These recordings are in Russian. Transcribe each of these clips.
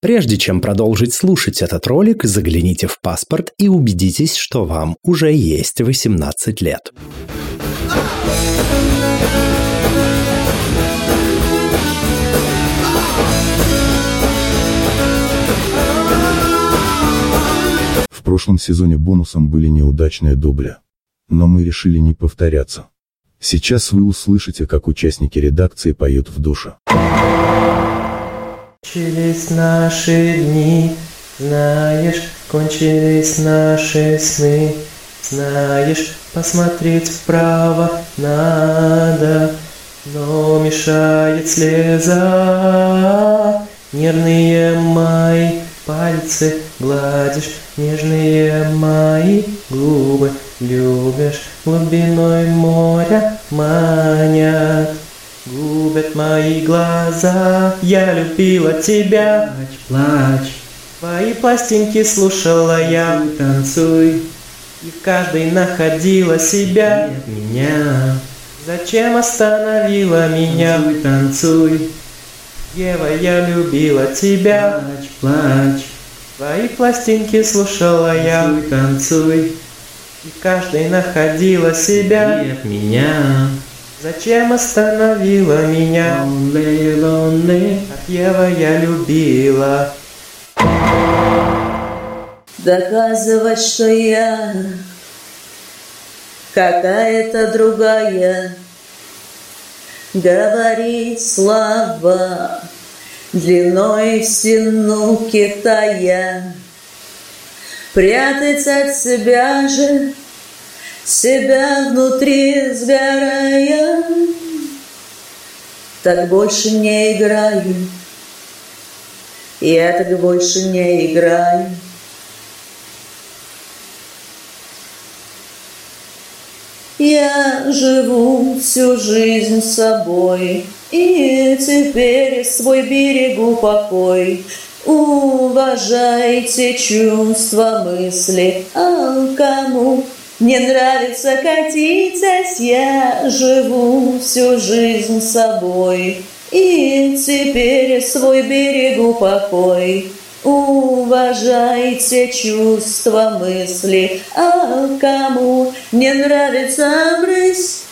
Прежде чем продолжить слушать этот ролик, загляните в паспорт и убедитесь, что вам уже есть 18 лет. В прошлом сезоне бонусом были неудачные дубли. Но мы решили не повторяться. Сейчас вы услышите, как участники редакции поют в душе. Кончились наши дни, знаешь, кончились наши сны, знаешь, посмотреть вправо надо, но мешает слеза. Нервные мои пальцы гладишь, нежные мои губы любишь, глубиной моря манят. Губят мои глаза, я любила тебя. Плачь, плачь, твои пластинки слушала я. Танцуй, и в каждой находила себя. Нет меня, зачем остановила меня? Танцуй, танцуй, Ева, я любила тебя. Плачь, плачь, твои пластинки слушала я. Танцуй, танцуй, и в каждой находила себя. Нет меня, зачем остановила меня? Lonely, lonely. Ах, Ева, я любила. Доказывать, что я какая-то другая, говорить слова длиной в стену Китая, прятать от себя же, себя внутри сгорая. Так больше не играю, я так больше не играю. Я живу всю жизнь собой, и теперь свой берегу покой. Уважайте чувства, мысли, а кому не нравится, катитесь. Я живу всю жизнь собой, и теперь свой берегу покой. Уважайте чувства, мысли, а кому не нравится, брысь.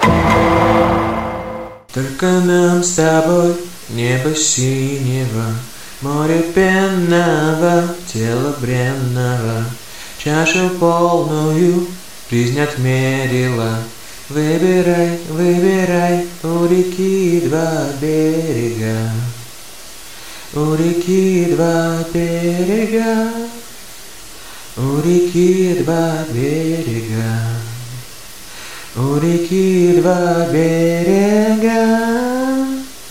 Только нам с тобой небо синего, море пенного, тело бренного, чашу полную жизнь отмерила. Выбирай, выбирай, у реки два берега. У реки два берега, у реки два берега, у реки два берега.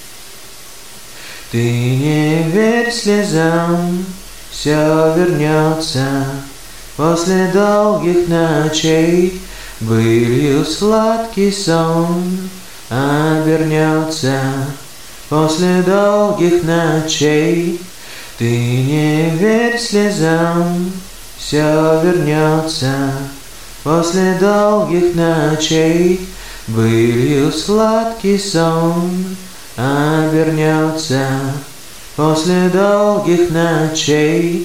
Ты не верь слезам, все вернется после долгих ночей. Былью сладкий сон обернется после долгих ночей. Ты не верь слезам, все вернется после долгих ночей. Былью сладкий сон обернется после долгих ночей.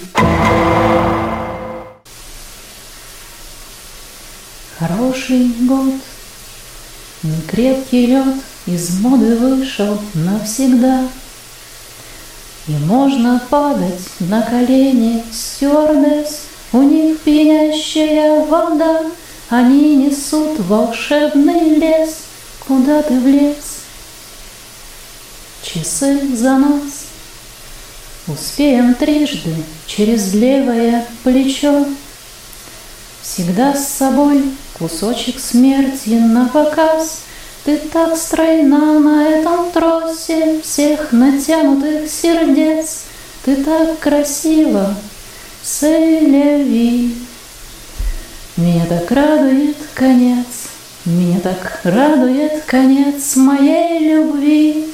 Хороший год, крепкий лед из моды вышел навсегда. И можно падать на колени, стюардесс, у них пьянящая вода. Они несут волшебный лес, куда ты влез. Часы за нас, успеем трижды через левое плечо. Всегда с собой кусочек смерти на показ. Ты так стройна на этом тросе всех натянутых сердец. Ты так красива, селеви. Меня так радует конец, меня так радует конец моей любви.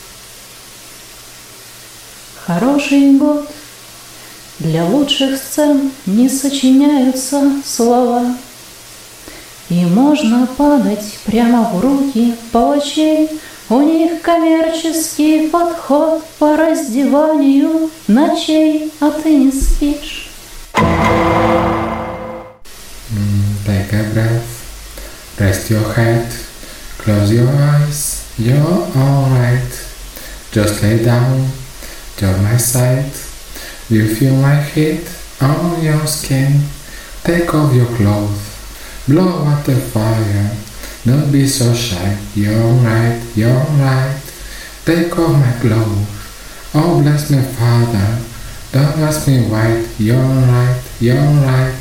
Хороший год, для лучших сцен не сочиняются слова. И можно падать прямо в руки палачей, У них коммерческий подход по раздеванию ночей, а ты не спишь. Take a breath, rest your head, close your eyes, you're alright. Just lay down to my side. You feel my heat on your skin. Take off your clothes, blow out the fire. Don't be so shy, you're right, you're right. Take off my clothes, oh bless me Father. Don't ask me why, you're right, you're right.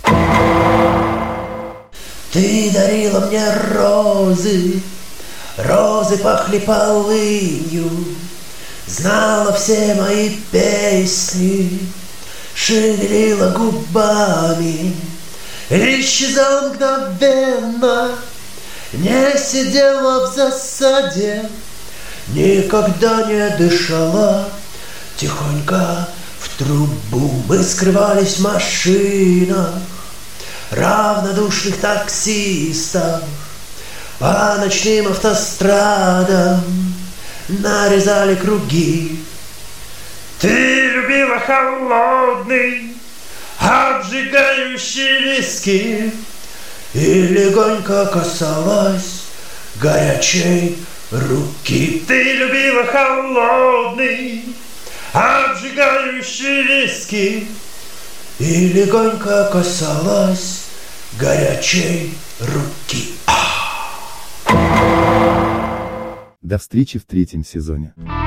Ты дарила мне розы, розы пахли полынью, знала все мои песни, шевелила губами, исчезала мгновенно, не сидела в засаде, никогда не дышала, тихонько в трубу мы скрывались в машинах равнодушных таксистов, по ночным автострадам нарезали круги. Ты любила холодный, обжигающий виски и легонько касалась горячей руки. Ты любила холодный, обжигающий виски и легонько касалась горячей руки. До встречи в 3-м сезоне.